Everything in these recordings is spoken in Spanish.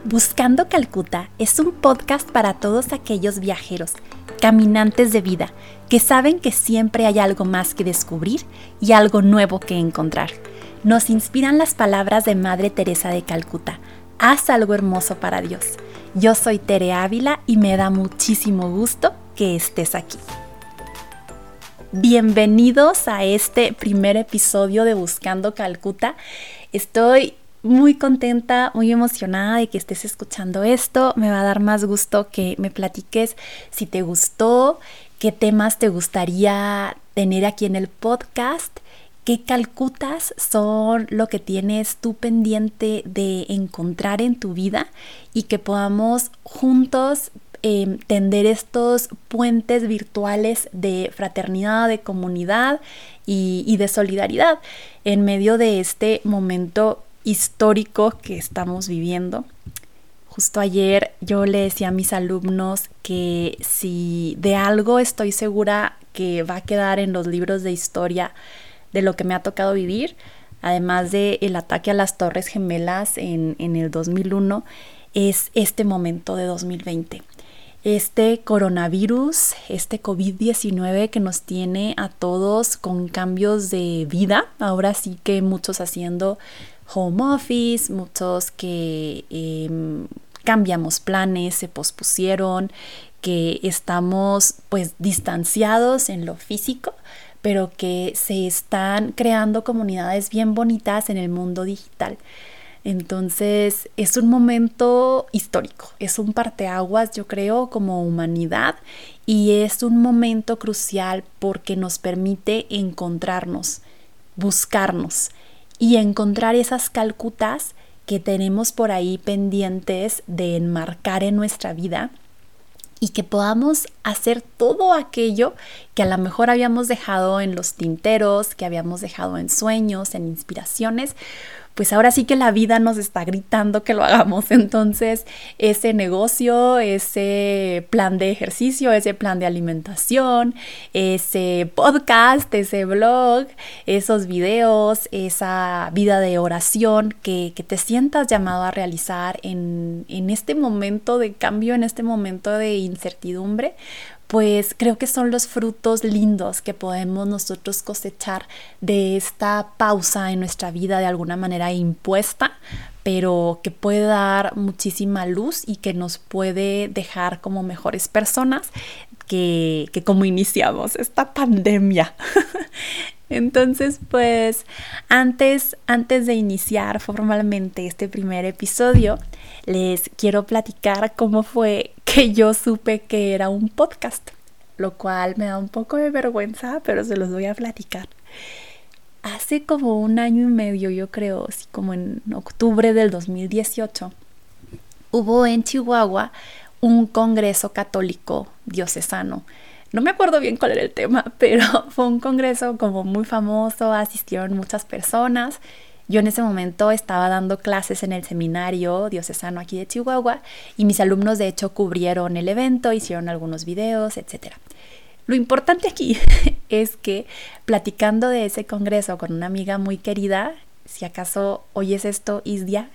Buscando Calcuta es un podcast para todos aquellos viajeros, caminantes de vida, que saben que siempre hay algo más que descubrir y algo nuevo que encontrar. Nos inspiran las palabras de Madre Teresa de Calcuta: haz algo hermoso para Dios. Yo soy Tere Ávila y me da muchísimo gusto que estés aquí. Bienvenidos a este primer episodio de Buscando Calcuta. Estoy muy contenta, muy emocionada de que estés escuchando esto. Me va a dar más gusto que me platiques si te gustó, qué temas te gustaría tener aquí en el podcast, qué Calcutas son lo que tienes tú pendiente de encontrar en tu vida y que podamos juntos tender estos puentes virtuales de fraternidad, de comunidad y de solidaridad en medio de este momento histórico que estamos viviendo. Justo ayer yo le decía a mis alumnos que si de algo estoy segura que va a quedar en los libros de historia de lo que me ha tocado vivir, además del ataque a las Torres Gemelas en el 2001, es este momento de 2020. Este coronavirus, este COVID-19 que nos tiene a todos con cambios de vida, ahora sí que muchos haciendo home office, muchos que cambiamos planes, se pospusieron, que estamos pues distanciados en lo físico, pero que se están creando comunidades bien bonitas en el mundo digital. Entonces es un momento histórico, es un parteaguas, yo creo, como humanidad, y es un momento crucial porque nos permite encontrarnos, buscarnos y encontrar esas Calcutas que tenemos por ahí pendientes de enmarcar en nuestra vida y que podamos hacer todo aquello que a lo mejor habíamos dejado en los tinteros, que habíamos dejado en sueños, en inspiraciones. Pues ahora sí que la vida nos está gritando que lo hagamos. Entonces ese negocio, ese plan de ejercicio, ese plan de alimentación, ese podcast, ese blog, esos videos, esa vida de oración que te sientas llamado a realizar en este momento de cambio, en este momento de incertidumbre, pues creo que son los frutos lindos que podemos nosotros cosechar de esta pausa en nuestra vida de alguna manera impuesta, pero que puede dar muchísima luz y que nos puede dejar como mejores personas que como iniciamos esta pandemia. Entonces, pues antes de iniciar formalmente este primer episodio, les quiero platicar cómo fue que yo supe que era un podcast, lo cual me da un poco de vergüenza, pero se los voy a platicar. Hace como 1 año y medio, yo creo, así como en octubre del 2018, hubo en Chihuahua un congreso católico diocesano. No me acuerdo bien cuál era el tema, pero fue un congreso como muy famoso, asistieron muchas personas. Yo en ese momento estaba dando clases en el seminario diocesano aquí de Chihuahua y mis alumnos de hecho cubrieron el evento, hicieron algunos videos, etc. Lo importante aquí es que platicando de ese congreso con una amiga muy querida, si acaso oyes esto, Isdia,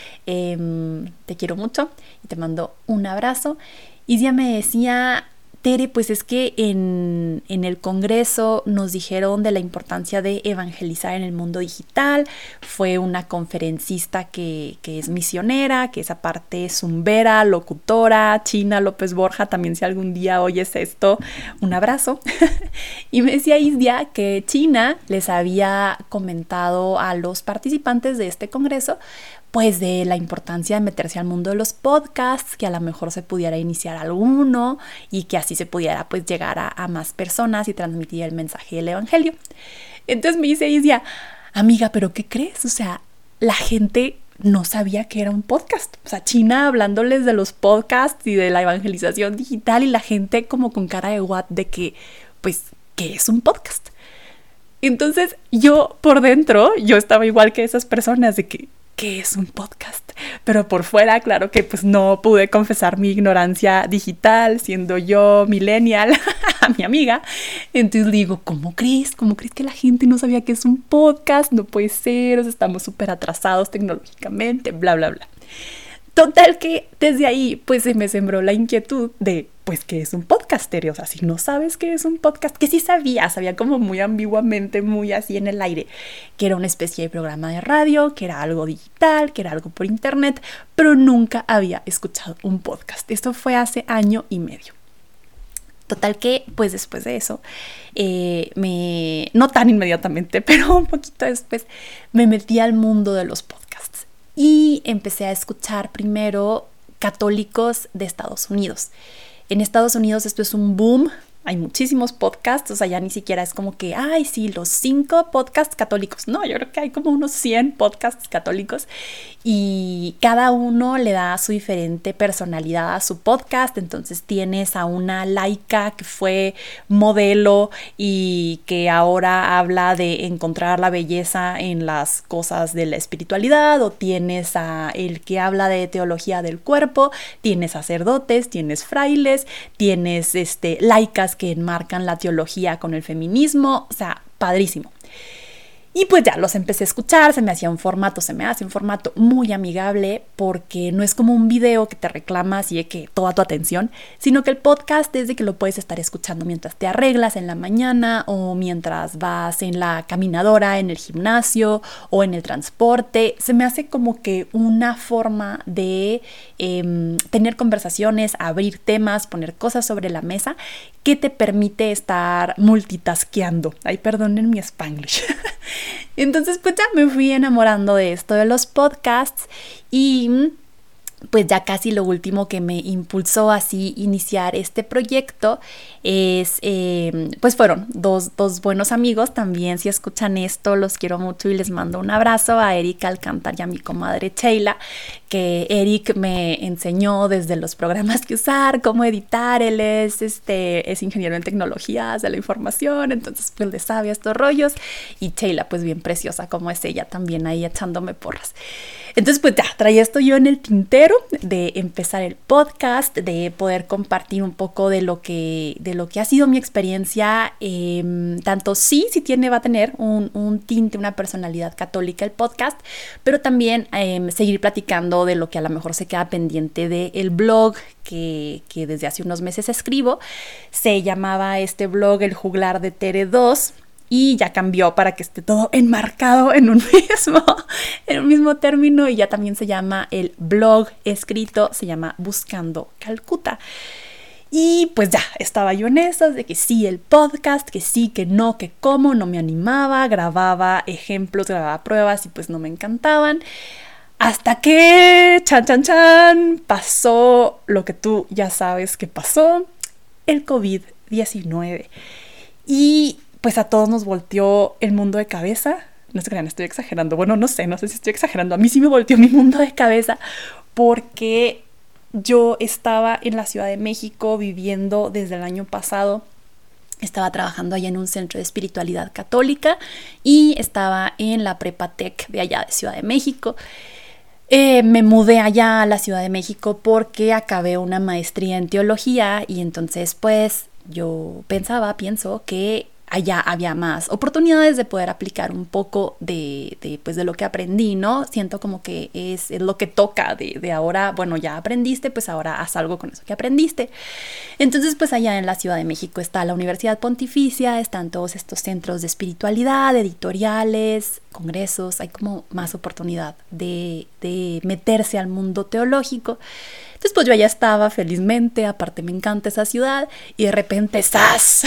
te quiero mucho y te mando un abrazo. Isdia me decía: Tere, pues es que en el congreso nos dijeron de la importancia de evangelizar en el mundo digital. Fue una conferencista que es misionera, que es aparte zumbera, locutora, China López Borja, también si algún día oyes esto, un abrazo. Y me decía Isdia que China les había comentado a los participantes de este congreso pues de la importancia de meterse al mundo de los podcasts, que a lo mejor se pudiera iniciar alguno y que así se pudiera pues llegar a más personas y transmitir el mensaje del evangelio. Entonces me dice Isdia: amiga, ¿pero qué crees? O sea, la gente no sabía que era un podcast. O sea, China hablándoles de los podcasts y de la evangelización digital y la gente como con cara de what, de que pues, ¿qué es un podcast? Entonces yo por dentro, yo estaba igual que esas personas de que ¿qué es un podcast? Pero por fuera, claro que pues no pude confesar mi ignorancia digital, siendo yo millennial, a mi amiga. Entonces le digo: ¿Cómo crees? ¿Cómo crees que la gente no sabía que es un podcast? No puede ser, o sea, estamos súper atrasados tecnológicamente, bla, bla, bla. Total que desde ahí pues se me sembró la inquietud de pues qué es un podcaster, o sea, si no sabes qué es un podcast, que sí sabía como muy ambiguamente, muy así en el aire, que era una especie de programa de radio, que era algo digital, que era algo por internet, pero nunca había escuchado un podcast. Esto fue hace 1.5 años. Total que, pues después de eso, no tan inmediatamente, pero un poquito después, me metí al mundo de los podcasts y empecé a escuchar primero católicos de Estados Unidos. En Estados Unidos esto es un boom, hay muchísimos podcasts, o sea, ya ni siquiera es como que, ay, sí, los 5 podcasts católicos. No, yo creo que hay como unos 100 podcasts católicos y cada uno le da su diferente personalidad a su podcast. Entonces tienes a una laica que fue modelo y que ahora habla de encontrar la belleza en las cosas de la espiritualidad, o tienes a el que habla de teología del cuerpo, tienes sacerdotes, tienes frailes, tienes laicas que enmarcan la teología con el feminismo, o sea, padrísimo. Y pues ya los empecé a escuchar, se me hace un formato muy amigable, porque no es como un video que te reclamas y de que toda tu atención, sino que el podcast es de que lo puedes estar escuchando mientras te arreglas en la mañana, o mientras vas en la caminadora, en el gimnasio o en el transporte. Se me hace como que una forma de tener conversaciones, abrir temas, poner cosas sobre la mesa que te permite estar multitaskeando. Ay, perdonen mi Spanglish. Entonces pues ya me fui enamorando de esto de los podcasts, y pues ya casi lo último que me impulsó así iniciar este proyecto es, pues fueron dos buenos amigos. También, si escuchan esto, los quiero mucho y les mando un abrazo a Eric Alcántar y a mi comadre Sheila, que Eric me enseñó desde los programas que usar, cómo editar. Él es ingeniero en tecnologías de la información, entonces pues le sabe estos rollos, y Sheila pues bien preciosa como es ella, también ahí echándome porras. Entonces pues ya traía esto yo en el tintero de empezar el podcast, de poder compartir un poco de lo que ha sido mi experiencia, tanto sí va a tener un tinte, una personalidad católica el podcast, pero también seguir platicando de lo que a lo mejor se queda pendiente del blog que desde hace unos meses escribo. Se llamaba este blog El Juglar de Tere 2, y ya cambió para que esté todo enmarcado en un mismo término, y ya también se llama el blog escrito, se llama Buscando Calcuta. Y pues ya estaba yo en esas de que sí el podcast, que sí, que no, que cómo, no me animaba, grababa ejemplos, grababa pruebas y pues no me encantaban. Hasta que, chan, pasó lo que tú ya sabes que pasó, el COVID-19. Y pues a todos nos volteó el mundo de cabeza. No se crean, estoy exagerando. Bueno, no sé si estoy exagerando. A mí sí me volteó mi mundo de cabeza, porque yo estaba en la Ciudad de México viviendo desde el año pasado. Estaba trabajando allá en un centro de espiritualidad católica y estaba en la Prepatec de allá de Ciudad de México. Me mudé allá a la Ciudad de México porque acabé una maestría en teología, y entonces pues yo pienso que allá había más oportunidades de poder aplicar un poco de lo que aprendí, ¿no? Siento como que es lo que toca de ahora. Bueno, ya aprendiste, pues ahora haz algo con eso que aprendiste. Entonces, pues allá en la Ciudad de México está la Universidad Pontificia, están todos estos centros de espiritualidad, editoriales, congresos. Hay como más oportunidad de meterse al mundo teológico. Entonces pues yo allá estaba felizmente, aparte me encanta esa ciudad, y de repente ¡zas!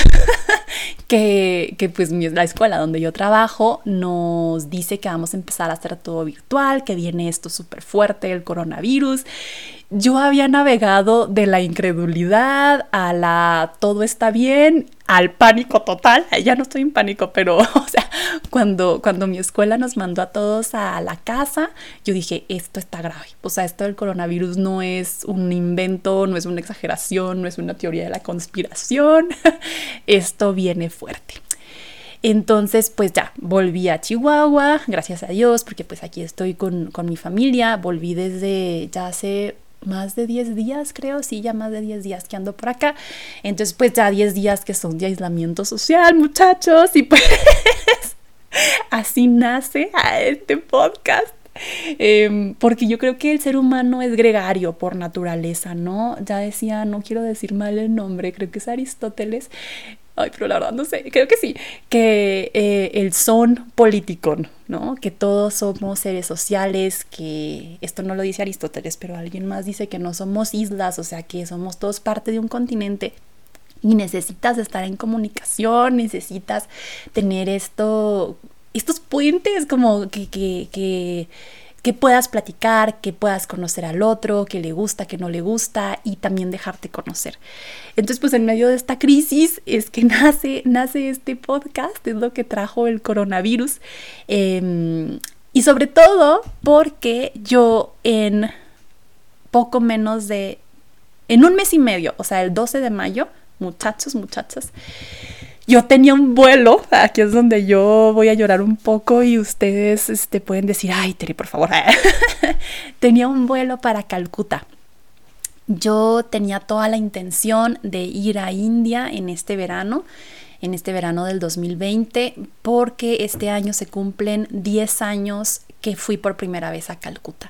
que pues la escuela donde yo trabajo nos dice que vamos a empezar a hacer todo virtual, que viene esto súper fuerte, el coronavirus. Yo había navegado de la incredulidad a la todo está bien, al pánico total. Ya no estoy en pánico, pero o sea, cuando mi escuela nos mandó a todos a la casa, yo dije, esto está grave. O sea, esto del coronavirus no es un invento, no es una exageración, no es una teoría de la conspiración. Esto viene fuerte. Entonces pues ya volví a Chihuahua, gracias a Dios, porque pues aquí estoy con mi familia. Volví desde ya hace más de 10 días, creo, sí, ya más de 10 días que ando por acá. Entonces pues ya 10 días que son de aislamiento social, muchachos, y pues así nace a este podcast. Porque yo creo que el ser humano es gregario por naturaleza, ¿no? Ya decía, no quiero decir mal el nombre, creo que es Aristóteles. Ay, pero la verdad no sé, creo que sí, que el son politikon, ¿no? Que todos somos seres sociales, que esto no lo dice Aristóteles, pero alguien más dice que no somos islas, o sea, que somos todos parte de un continente y necesitas estar en comunicación, necesitas tener estos puentes como que puedas platicar, que puedas conocer al otro, que le gusta, que no le gusta y también dejarte conocer. Entonces, pues en medio de esta crisis es que nace este podcast, es lo que trajo el coronavirus. Y sobre todo porque yo en poco menos de, en un mes y medio, o sea, el 12 de mayo, muchachos, muchachas, yo tenía un vuelo, aquí es donde yo voy a llorar un poco y ustedes pueden decir, ay, Terry, por favor. Tenía un vuelo para Calcuta. Yo tenía toda la intención de ir a India en este verano del 2020, porque este año se cumplen 10 años que fui por primera vez a Calcuta.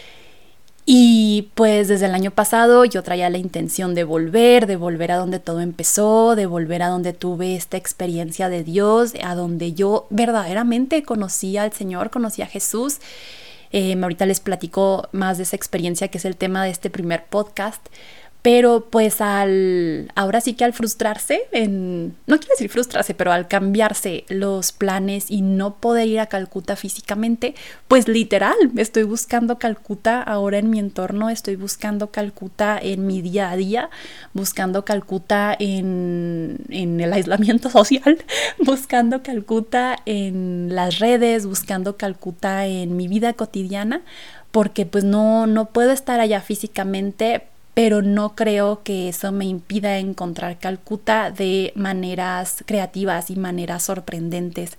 Y pues desde el año pasado yo traía la intención de volver a donde todo empezó, de volver a donde tuve esta experiencia de Dios, a donde yo verdaderamente conocí al Señor, conocí a Jesús. Ahorita les platico más de esa experiencia, que es el tema de este primer podcast. Pero pues ahora sí que al frustrarse, no quiero decir frustrarse, pero al cambiarse los planes y no poder ir a Calcuta físicamente, pues literal, estoy buscando Calcuta ahora en mi entorno, estoy buscando Calcuta en mi día a día, buscando Calcuta en el aislamiento social, buscando Calcuta en las redes, buscando Calcuta en mi vida cotidiana, porque pues no puedo estar allá físicamente, pero no creo que eso me impida encontrar Calcuta de maneras creativas y maneras sorprendentes.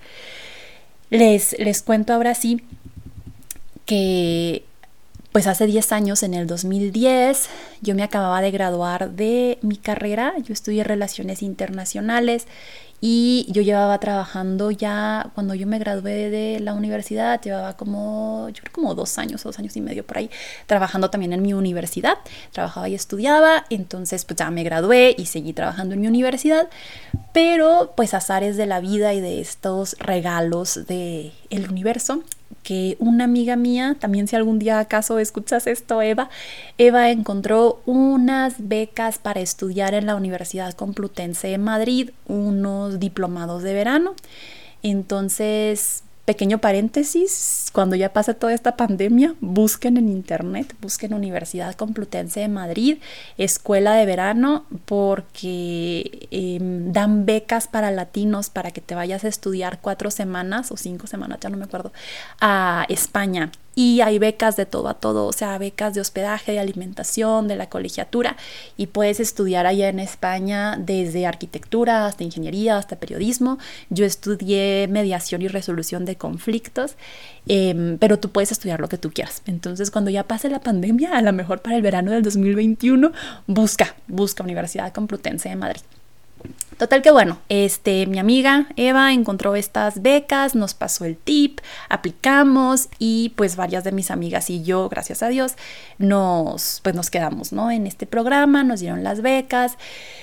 Les cuento ahora sí que pues hace 10 años, en el 2010, yo me acababa de graduar de mi carrera. Yo estudié Relaciones Internacionales y yo llevaba trabajando ya, cuando yo me gradué de la universidad, llevaba yo creo como 2 años y medio por ahí, trabajando también en mi universidad. Trabajaba y estudiaba, entonces pues ya me gradué y seguí trabajando en mi universidad, pero pues azares de la vida y de estos regalos del universo, que una amiga mía, también si algún día acaso escuchas esto, Eva encontró unas becas para estudiar en la Universidad Complutense de Madrid, unos diplomados de verano. Entonces, pequeño paréntesis, cuando ya pase toda esta pandemia, busquen en internet, busquen Universidad Complutense de Madrid, escuela de verano, porque dan becas para latinos para que te vayas a estudiar 4 semanas o 5 semanas, ya no me acuerdo, a España. Y hay becas de todo a todo, o sea, becas de hospedaje, de alimentación, de la colegiatura, y puedes estudiar allá en España desde arquitectura hasta ingeniería, hasta periodismo. Yo estudié mediación y resolución de conflictos, pero tú puedes estudiar lo que tú quieras. Entonces, cuando ya pase la pandemia, a lo mejor para el verano del 2021, busca Universidad Complutense de Madrid. Total que bueno, mi amiga Eva encontró estas becas, nos pasó el tip, aplicamos y pues varias de mis amigas y yo, gracias a Dios, nos quedamos, ¿no? En este programa, nos dieron las becas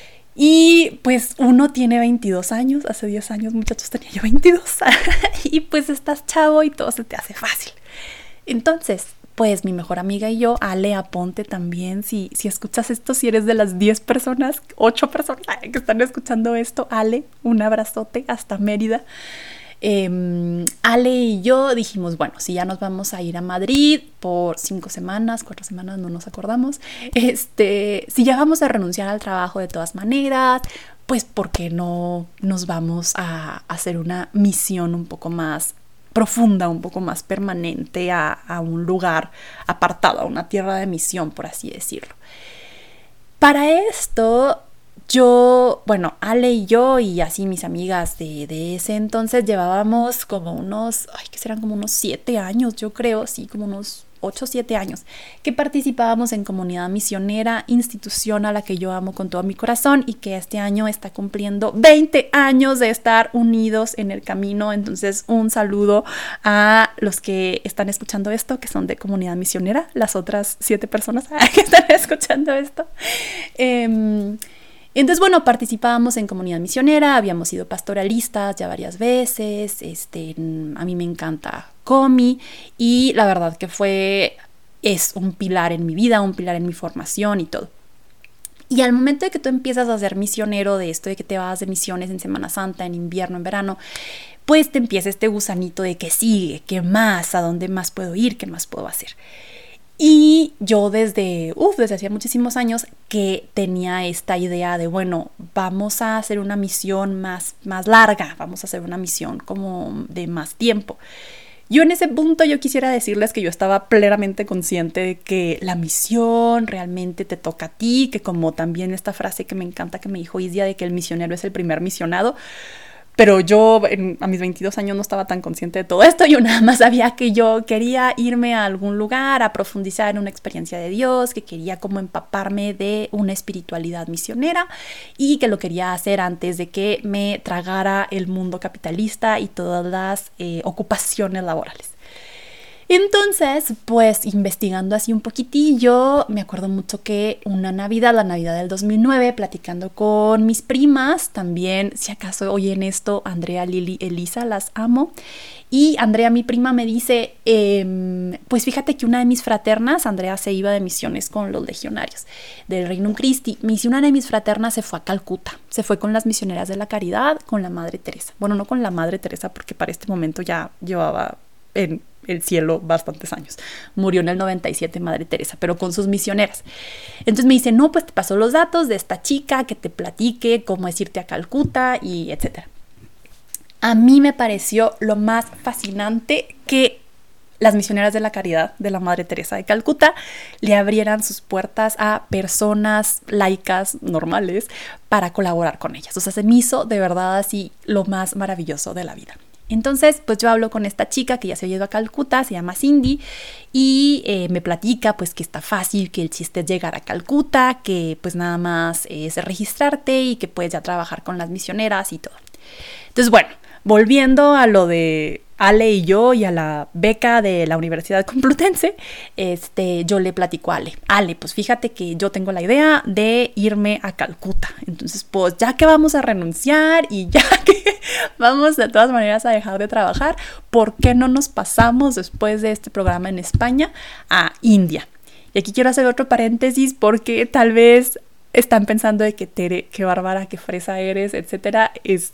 y pues uno tiene 22 años, hace 10 años muchachos tenía yo 22 y pues estás chavo y todo se te hace fácil. Entonces, pues mi mejor amiga y yo, Ale Aponte también, si escuchas esto, si eres de las 10 personas, 8 personas que están escuchando esto, Ale, un abrazote hasta Mérida. Ale y yo dijimos, bueno, si ya nos vamos a ir a Madrid por 5 semanas, 4 semanas, no nos acordamos, si ya vamos a renunciar al trabajo de todas maneras, pues ¿por qué no nos vamos a hacer una misión un poco más profunda, un poco más permanente a un lugar apartado, a una tierra de misión, por así decirlo? Para esto, Ale y yo y así mis amigas de ese entonces llevábamos como unos, ¿qué serán? Como unos 7 años, yo creo, sí, como unos 8 o 7 años, que participábamos en Comunidad Misionera, institución a la que yo amo con todo mi corazón y que este año está cumpliendo 20 años de estar unidos en el camino. Entonces, un saludo a los que están escuchando esto, que son de Comunidad Misionera, las otras 7 personas que están escuchando esto. Entonces, bueno, participábamos en Comunidad Misionera, habíamos sido pastoralistas ya varias veces, a mí me encanta Comi y la verdad que es un pilar en mi vida, un pilar en mi formación y todo. Y al momento de que tú empiezas a ser misionero de esto, de que te vas de misiones en Semana Santa, en invierno, en verano, pues te empieza este gusanito de qué sigue, qué más, a dónde más puedo ir, qué más puedo hacer. Y yo desde hacía muchísimos años que tenía esta idea de, bueno, vamos a hacer una misión más larga, vamos a hacer una misión como de más tiempo. Yo en ese punto yo quisiera decirles que yo estaba plenamente consciente de que la misión realmente te toca a ti, que como también esta frase que me encanta que me dijo Isdia de que el misionero es el primer misionado. Pero yo a mis 22 años no estaba tan consciente de todo esto. Yo nada más sabía que yo quería irme a algún lugar a profundizar en una experiencia de Dios, que quería como empaparme de una espiritualidad misionera y que lo quería hacer antes de que me tragara el mundo capitalista y todas las ocupaciones laborales. Entonces, pues investigando así un poquitillo, me acuerdo mucho que una Navidad, la Navidad del 2009, platicando con mis primas, también, si acaso oyen esto, Andrea, Lili, Elisa, las amo. Y Andrea, mi prima, me dice, pues fíjate que una de mis fraternas, Andrea se iba de misiones con los legionarios del Regnum Christi, me dice, una de mis fraternas se fue a Calcuta, se fue con las misioneras de la caridad, con la Madre Teresa. Bueno, no con la Madre Teresa porque para este momento ya llevaba en el cielo bastantes años. Murió en el 97 Madre Teresa, pero con sus misioneras. Entonces me dice, no, pues te paso los datos de esta chica que te platique cómo es irte a Calcuta y etcétera. A mí me pareció lo más fascinante que las misioneras de la caridad de la Madre Teresa de Calcuta le abrieran sus puertas a personas laicas normales para colaborar con ellas. O sea, se me hizo de verdad así lo más maravilloso de la vida. Entonces, pues yo hablo con esta chica que ya se ha ido a Calcuta, se llama Cindy, y me platica pues que está fácil, que el chiste es llegar a Calcuta, que pues nada más es registrarte y que puedes ya trabajar con las misioneras y todo. Entonces, bueno, volviendo a lo de Ale y yo y a la beca de la Universidad Complutense, yo le platico a Ale, pues fíjate que yo tengo la idea de irme a Calcuta. Entonces, pues ya que vamos a renunciar y ya que vamos de todas maneras a dejar de trabajar, ¿por qué no nos pasamos después de este programa en España a India? Y aquí quiero hacer otro paréntesis porque tal vez están pensando de que Tere, qué bárbara, qué fresa eres, etcétera, es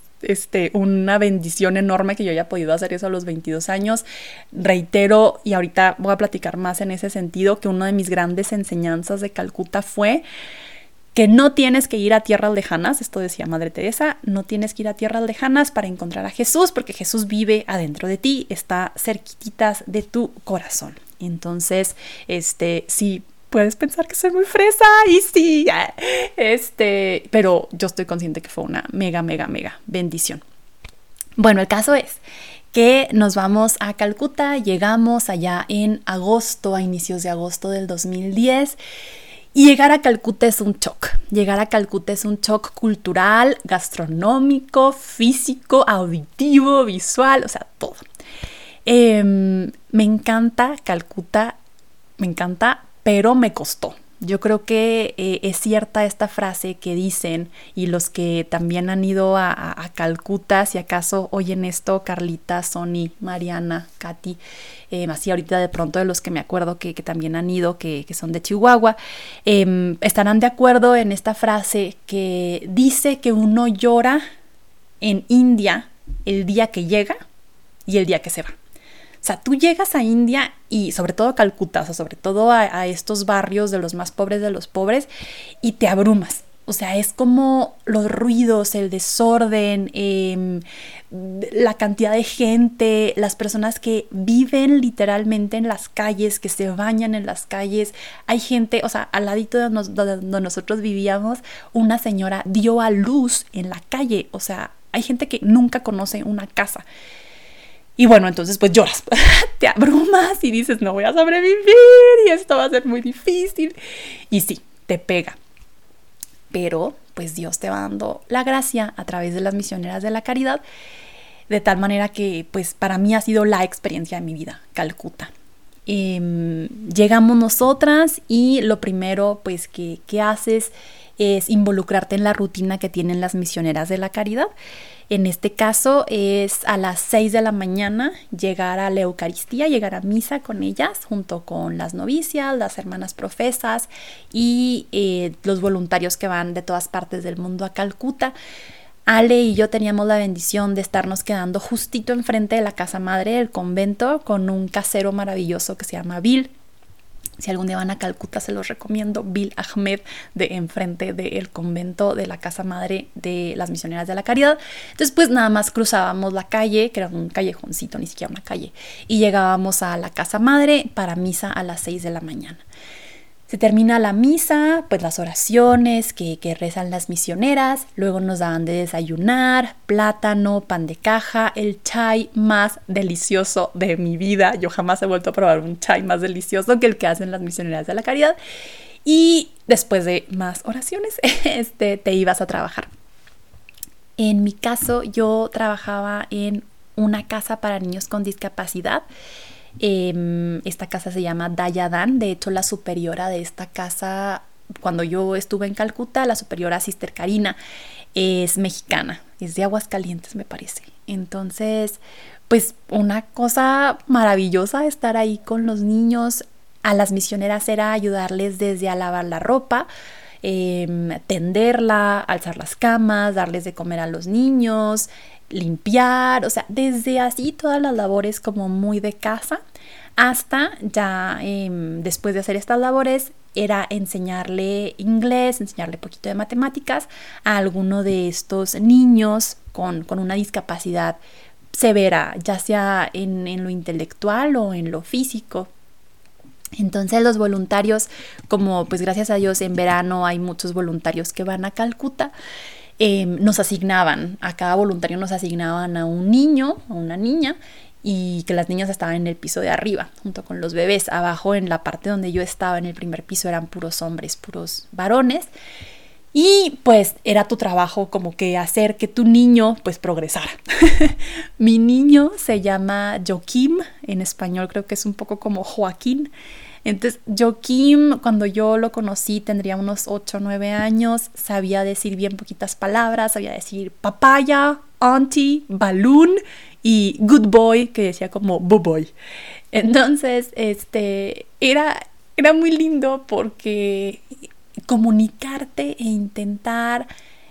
una bendición enorme que yo haya podido hacer eso a los 22 años. Reitero, y ahorita voy a platicar más en ese sentido, que una de mis grandes enseñanzas de Calcuta fue que no tienes que ir a tierras lejanas, esto decía Madre Teresa, no tienes que ir a tierras lejanas para encontrar a Jesús, porque Jesús vive adentro de ti, está cerquititas de tu corazón. Entonces, sí, puedes pensar que soy muy fresa y sí, pero yo estoy consciente que fue una mega bendición. Bueno, el caso es que nos vamos a Calcuta, llegamos allá en agosto, a inicios de agosto del 2010, y llegar a Calcuta es un shock. Llegar a Calcuta es un shock cultural, gastronómico, físico, auditivo, visual, o sea, todo. Me encanta Calcuta, me encanta, pero me costó. Yo creo que es cierta esta frase que dicen, y los que también han ido a Calcuta, si acaso oyen esto, Carlita, Sony, Mariana, Katy, así ahorita de pronto de los que me acuerdo que también han ido, que son de Chihuahua, estarán de acuerdo en esta frase que dice que uno llora en India el día que llega y el día que se va. O sea, tú llegas a India y sobre todo a Calcuta, o sea, sobre todo a estos barrios de los más pobres de los pobres, y te abrumas. O sea, es como los ruidos, el desorden, la cantidad de gente, las personas que viven literalmente en las calles, que se bañan en las calles. Hay gente, o sea, al ladito de donde nosotros vivíamos, una señora dio a luz en la calle. O sea, hay gente que nunca conoce una casa. Y bueno, entonces pues lloras, te abrumas y dices, no voy a sobrevivir y esto va a ser muy difícil. Y sí, te pega. Pero pues Dios te va dando la gracia a través de las misioneras de la caridad, de tal manera que pues para mí ha sido la experiencia de mi vida, Calcuta. Llegamos nosotras y lo primero pues que haces es involucrarte en la rutina que tienen las misioneras de la caridad. En este caso es a las 6 de la mañana llegar a la Eucaristía, llegar a misa con ellas, junto con las novicias, las hermanas profesas y los voluntarios que van de todas partes del mundo a Calcuta. Ale y yo teníamos la bendición de estarnos quedando justito enfrente de la casa madre del convento con un casero maravilloso que se llama Bill. Si algún día van a Calcuta se los recomiendo, Bill Ahmed, de enfrente del convento de la casa madre de las misioneras de la caridad. Entonces pues nada más cruzábamos la calle, que era un callejoncito, ni siquiera una calle, y llegábamos a la casa madre para misa a las 6 de la mañana. Se termina la misa, pues las oraciones que rezan las misioneras, luego nos daban de desayunar, plátano, pan de caja, el chai más delicioso de mi vida. Yo jamás he vuelto a probar un chai más delicioso que el que hacen las misioneras de la caridad. Y después de más oraciones, te ibas a trabajar. En mi caso, yo trabajaba en una casa para niños con discapacidad. Esta casa se llama Dayadan. De hecho, la superiora de esta casa, cuando yo estuve en Calcuta, la superiora Sister Karina es mexicana, es de Aguascalientes me parece. Entonces pues una cosa maravillosa estar ahí con los niños. A las misioneras era ayudarles desde a lavar la ropa, tenderla, alzar las camas, darles de comer a los niños, limpiar, o sea, desde así todas las labores como muy de casa, hasta ya después de hacer estas labores era enseñarle inglés, enseñarle poquito de matemáticas a alguno de estos niños con una discapacidad severa, ya sea en lo intelectual o en lo físico. Entonces los voluntarios, como pues gracias a Dios en verano hay muchos voluntarios que van a Calcuta, nos asignaban, a cada voluntario nos asignaban a un niño, a una niña, y que las niñas estaban en el piso de arriba, junto con los bebés. Abajo en la parte donde yo estaba, en el primer piso, eran puros hombres, puros varones. Y pues era tu trabajo como que hacer que tu niño pues progresara. Mi niño se llama Joaquim, en español creo que es un poco como Joaquín. Entonces Joaquim, cuando yo lo conocí, tendría unos 8 o 9 años, sabía decir bien poquitas palabras, sabía decir papaya, auntie, balloon y good boy, que decía como boo boy. Entonces era muy lindo porque comunicarte e intentar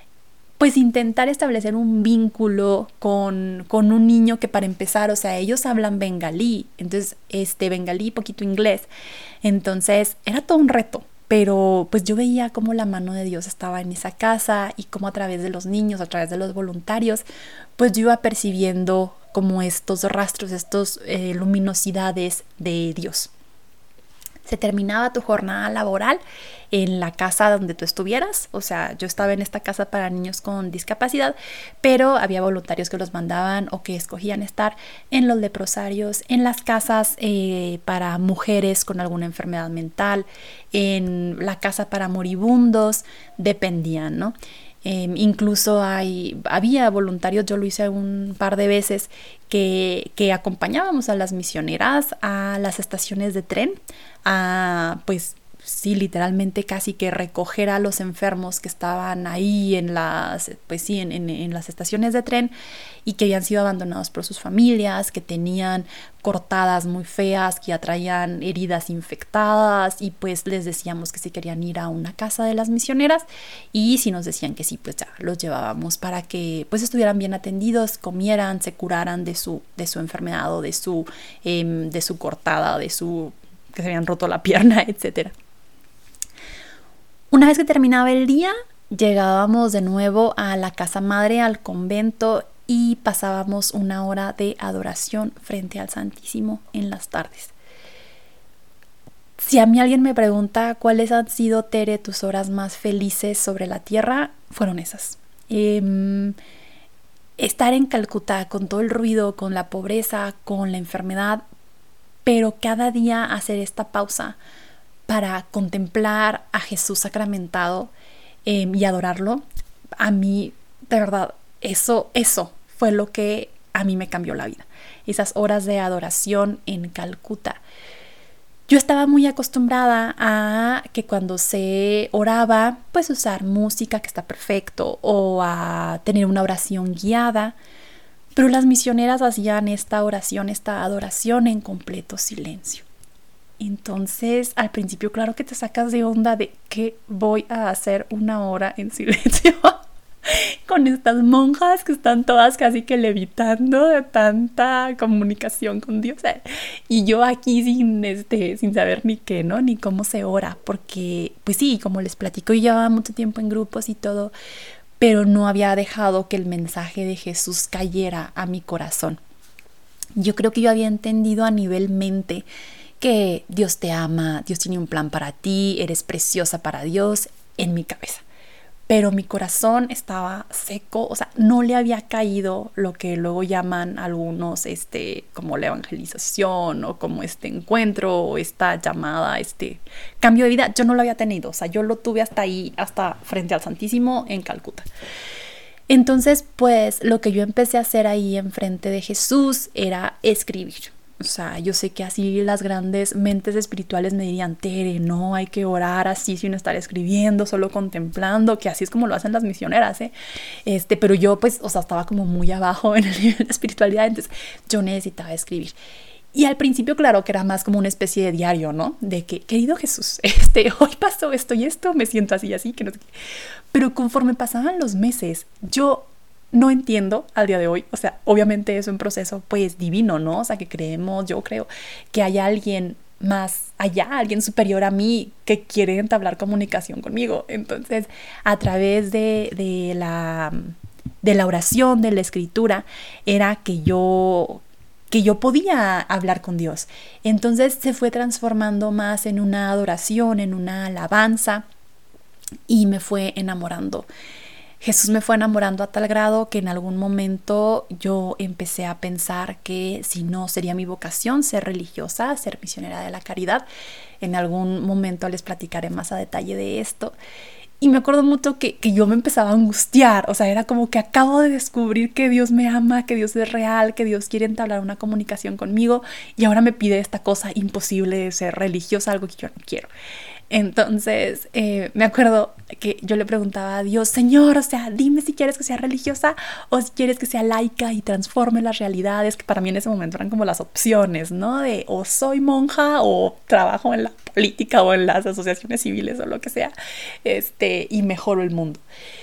establecer un vínculo con un niño que, para empezar, o sea, ellos hablan bengalí, entonces bengalí, poquito inglés, entonces era todo un reto. Pero pues yo veía cómo la mano de Dios estaba en esa casa y cómo a través de los niños, a través de los voluntarios, pues yo iba percibiendo como estos rastros, estos luminosidades de Dios. Se terminaba tu jornada laboral en la casa donde tú estuvieras. O sea, yo estaba en esta casa para niños con discapacidad, pero había voluntarios que los mandaban o que escogían estar en los leprosarios, en las casas para mujeres con alguna enfermedad mental, en la casa para moribundos, dependían, ¿no? Incluso había voluntarios, yo lo hice un par de veces, que acompañábamos a las misioneras a las estaciones de tren, pues sí, literalmente casi que recoger a los enfermos que estaban ahí en las estaciones de tren y que habían sido abandonados por sus familias, que tenían cortadas muy feas, que ya traían heridas infectadas, y pues les decíamos que si querían ir a una casa de las misioneras, y si nos decían que sí, pues ya los llevábamos para que pues estuvieran bien atendidos, comieran, se curaran de su enfermedad o de su cortada, que se habían roto la pierna, etcétera. Una vez que terminaba el día, llegábamos de nuevo a la casa madre, al convento, y pasábamos una hora de adoración frente al Santísimo en las tardes. Si a mí alguien me pregunta cuáles han sido, Tere, tus horas más felices sobre la tierra, fueron esas. estar en Calcuta con todo el ruido, con la pobreza, con la enfermedad, pero cada día hacer esta pausa para contemplar a Jesús sacramentado y adorarlo, a mí, de verdad, eso fue lo que a mí me cambió la vida. Esas horas de adoración en Calcuta. Yo estaba muy acostumbrada a que cuando se oraba, pues usar música, que está perfecto, o a tener una oración guiada, pero las misioneras hacían esta oración, esta adoración en completo silencio. Entonces, al principio, claro que te sacas de onda de ¿qué voy a hacer una hora en silencio? Con estas monjas que están todas casi que levitando de tanta comunicación con Dios. Y yo aquí sin saber ni qué, ¿no? Ni cómo se ora. Porque, pues sí, como les platico, yo llevaba mucho tiempo en grupos y todo, pero no había dejado que el mensaje de Jesús cayera a mi corazón. Yo creo que yo había entendido a nivel mente que Dios te ama, Dios tiene un plan para ti, eres preciosa para Dios, en mi cabeza. Pero mi corazón estaba seco, o sea, no le había caído lo que luego llaman algunos, como la evangelización o como este encuentro o esta llamada, cambio de vida. Yo no lo había tenido, o sea, yo lo tuve hasta ahí, hasta frente al Santísimo en Calcuta. Entonces, pues, lo que yo empecé a hacer ahí enfrente de Jesús era escribir. O sea, yo sé que así las grandes mentes espirituales me dirían, Tere, no hay que orar así sin estar escribiendo, solo contemplando, que así es como lo hacen las misioneras, pero yo pues, o sea, estaba como muy abajo en el nivel de espiritualidad, entonces yo necesitaba escribir. Y al principio, claro, que era más como una especie de diario, ¿no? De que, querido Jesús, hoy pasó esto y esto, me siento así y así, que no sé qué. Pero conforme pasaban los meses, yo no entiendo al día de hoy, o sea, obviamente es un proceso pues divino, ¿no? O sea, que yo creo que hay alguien más allá, alguien superior a mí que quiere entablar comunicación conmigo. Entonces, a través de la oración, de la escritura, era que yo podía hablar con Dios. Entonces se fue transformando más en una adoración, en una alabanza, y me fue enamorando. Jesús me fue enamorando a tal grado que en algún momento yo empecé a pensar que si no sería mi vocación ser religiosa, ser misionera de la caridad. En algún momento les platicaré más a detalle de esto. Y me acuerdo mucho que yo me empezaba a angustiar, o sea, era como que acabo de descubrir que Dios me ama, que Dios es real, que Dios quiere entablar una comunicación conmigo y ahora me pide esta cosa imposible de ser religiosa, algo que yo no quiero. Entonces me acuerdo que yo le preguntaba a Dios, Señor, o sea, dime si quieres que sea religiosa o si quieres que sea laica y transforme las realidades, que para mí en ese momento eran como las opciones, ¿no? De o soy monja o trabajo en la política o en las asociaciones civiles o lo que sea, y mejoro el mundo.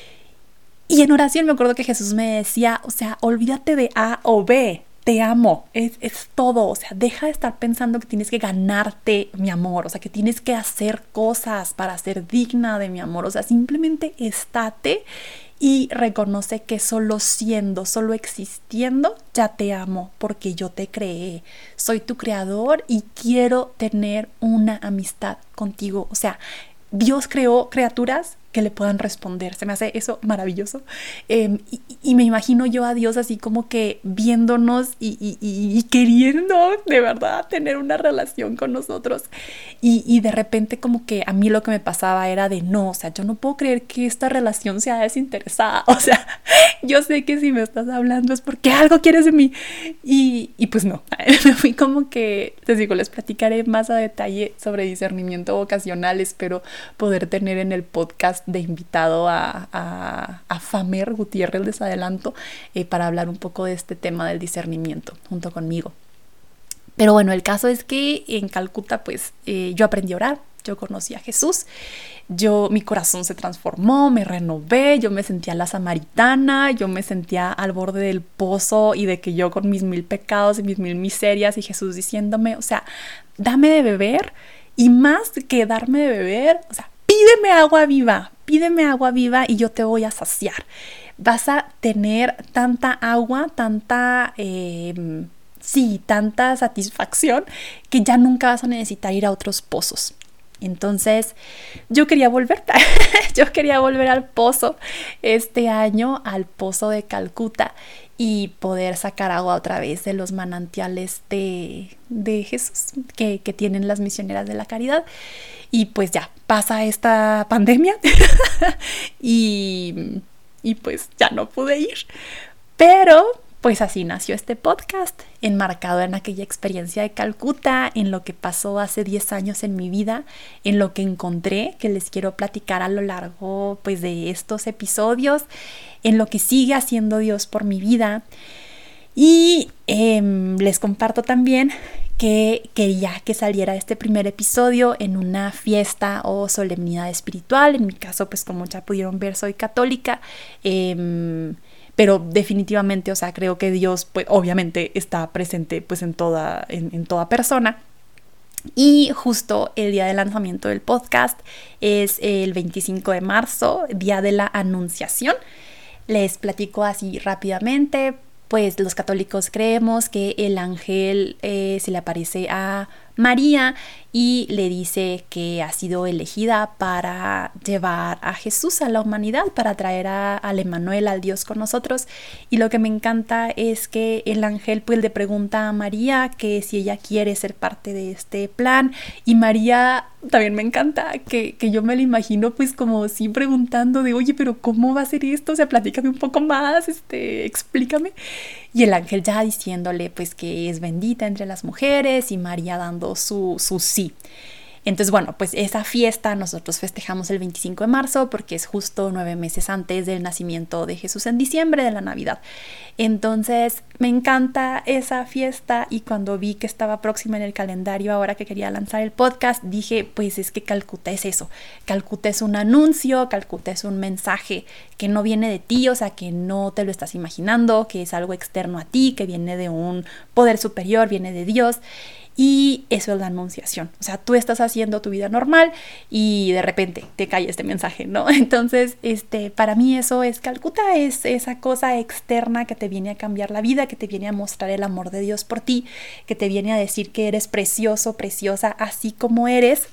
Y en oración me acuerdo que Jesús me decía, o sea, olvídate de A o B. Te amo, es todo, o sea, deja de estar pensando que tienes que ganarte mi amor, o sea, que tienes que hacer cosas para ser digna de mi amor, o sea, simplemente estate y reconoce que solo siendo, solo existiendo, ya te amo, porque yo te creé, soy tu creador y quiero tener una amistad contigo, o sea, Dios creó criaturas que le puedan responder. Se me hace eso maravilloso. Y me imagino yo a Dios así como que viéndonos y queriendo de verdad tener una relación con nosotros. Y de repente como que a mí lo que me pasaba era de no, o sea, yo no puedo creer que esta relación sea desinteresada. O sea, yo sé que si me estás hablando es porque algo quieres de mí. Y pues no, me fui como que, les digo, les platicaré más a detalle sobre discernimiento vocacional. Espero poder tener en el podcast de invitado a Famer Gutiérrez, les adelanto, para hablar un poco de este tema del discernimiento junto conmigo. Pero bueno, el caso es que en Calcuta pues yo aprendí a orar, yo conocí a Jesús, mi corazón se transformó, me renové, yo me sentía la samaritana, yo me sentía al borde del pozo y de que yo con mis 1000 pecados y mis 1000 miserias y Jesús diciéndome, o sea, dame de beber y más que darme de beber, o sea, pídeme agua viva y yo te voy a saciar. Vas a tener tanta agua, tanta satisfacción que ya nunca vas a necesitar ir a otros pozos. Entonces yo quería volver, yo quería volver al pozo este año, al pozo de Calcuta. y poder sacar agua otra vez de los manantiales de Jesús que tienen las misioneras de la caridad. Y pues ya pasa esta pandemia y pues ya no pude ir. Pero pues así nació este podcast, enmarcado en aquella experiencia de Calcuta, en lo que pasó hace 10 años en mi vida, en lo que encontré, que les quiero platicar a lo largo pues de estos episodios, en lo que sigue haciendo Dios por mi vida. Y les comparto también que quería que saliera este primer episodio en una fiesta o solemnidad espiritual. En mi caso, pues como ya pudieron ver, soy católica. Pero definitivamente, o sea, creo que Dios, pues obviamente está presente pues en toda persona. Y justo el día de lanzamiento del podcast es el 25 de marzo, día de la Anunciación. Les platico así rápidamente. Pues los católicos creemos que el ángel se le aparece a María y le dice que ha sido elegida para llevar a Jesús a la humanidad, para traer al Emmanuel, al Dios con nosotros. Y lo que me encanta es que el ángel pues le pregunta a María que si ella quiere ser parte de este plan, y María también me encanta que yo me lo imagino pues como sí preguntando de oye, pero ¿cómo va a ser esto? O sea, platícame un poco más, explícame. Y el ángel ya diciéndole pues que es bendita entre las mujeres, y María dando su sí. Entonces, bueno, pues esa fiesta nosotros festejamos el 25 de marzo porque es justo 9 meses antes del nacimiento de Jesús, en diciembre, de la Navidad. Entonces, me encanta esa fiesta, y cuando vi que estaba próxima en el calendario, ahora que quería lanzar el podcast, dije, pues es que Calcuta es eso. Calcuta es un anuncio, Calcuta es un mensaje que no viene de ti, o sea, que no te lo estás imaginando, que es algo externo a ti, que viene de un poder superior, viene de Dios. Y eso es la anunciación. O sea, tú estás haciendo tu vida normal y de repente te cae este mensaje, ¿no? Entonces, para mí eso es Calcuta, es esa cosa externa que te viene a cambiar la vida, que te viene a mostrar el amor de Dios por ti, que te viene a decir que eres precioso, preciosa, así como eres.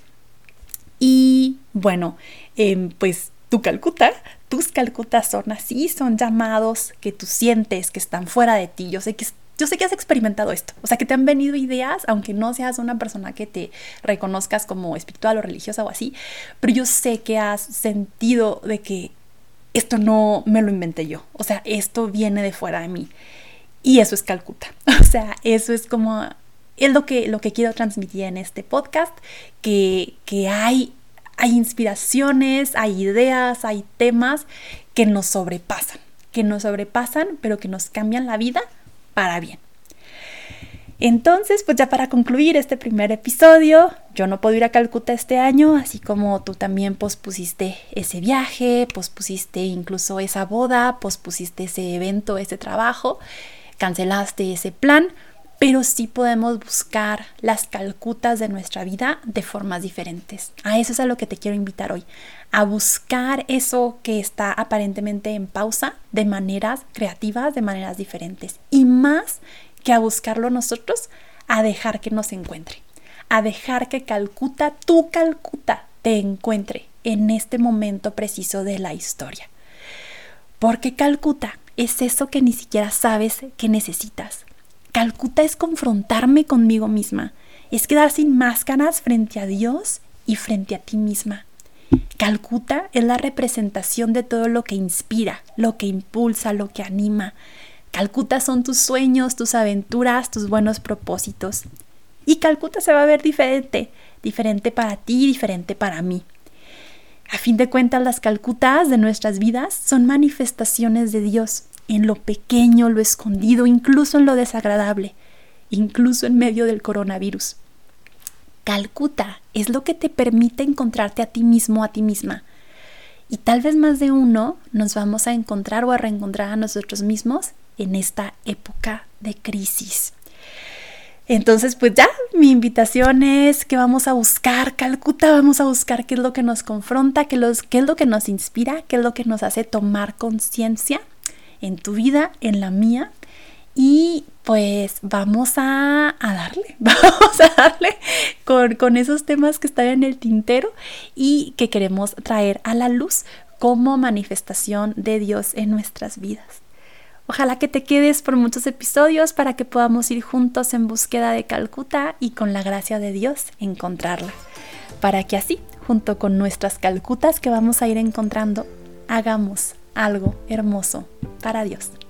Y bueno, pues tu Calcuta, tus Calcutas son así, son llamados que tú sientes que están fuera de ti. Yo sé que has experimentado esto, o sea, que te han venido ideas, aunque no seas una persona que te reconozcas como espiritual o religiosa o así, pero yo sé que has sentido de que esto no me lo inventé yo, o sea, esto viene de fuera de mí, y eso es Calcuta. O sea, eso es como, es lo que quiero transmitir en este podcast, que hay inspiraciones, hay ideas, hay temas que nos sobrepasan, pero que nos cambian la vida para bien. Entonces, pues ya para concluir este primer episodio, yo no puedo ir a Calcuta este año, así como tú también pospusiste ese viaje, pospusiste incluso esa boda, pospusiste ese evento, ese trabajo, cancelaste ese plan, pero sí podemos buscar las Calcutas de nuestra vida de formas diferentes. A eso es a lo que te quiero invitar hoy, a buscar eso que está aparentemente en pausa de maneras creativas, de maneras diferentes, y más que a buscarlo nosotros, a dejar que nos encuentre, a dejar que Calcuta, tu Calcuta, te encuentre en este momento preciso de la historia. Porque Calcuta es eso que ni siquiera sabes que necesitas. Calcuta es confrontarme conmigo misma, es quedar sin máscaras frente a Dios y frente a ti misma. Calcuta es la representación de todo lo que inspira, lo que impulsa, lo que anima. Calcuta son tus sueños, tus aventuras, tus buenos propósitos. Y Calcuta se va a ver diferente para ti, diferente para mí. A fin de cuentas, las Calcutas de nuestras vidas son manifestaciones de Dios en lo pequeño, lo escondido, incluso en lo desagradable, incluso en medio del coronavirus. Calcuta es lo que te permite encontrarte a ti mismo, a ti misma. Y tal vez más de uno nos vamos a encontrar o a reencontrar a nosotros mismos en esta época de crisis. Entonces, pues ya, mi invitación es que vamos a buscar Calcuta, vamos a buscar qué es lo que nos confronta, qué es lo que nos inspira, qué es lo que nos hace tomar conciencia en tu vida, en la mía, y pues vamos a darle con esos temas que están en el tintero y que queremos traer a la luz como manifestación de Dios en nuestras vidas. Ojalá que te quedes por muchos episodios para que podamos ir juntos en búsqueda de Calcuta y con la gracia de Dios encontrarla. Para que así, junto con nuestras Calcutas que vamos a ir encontrando, hagamos algo hermoso para Dios.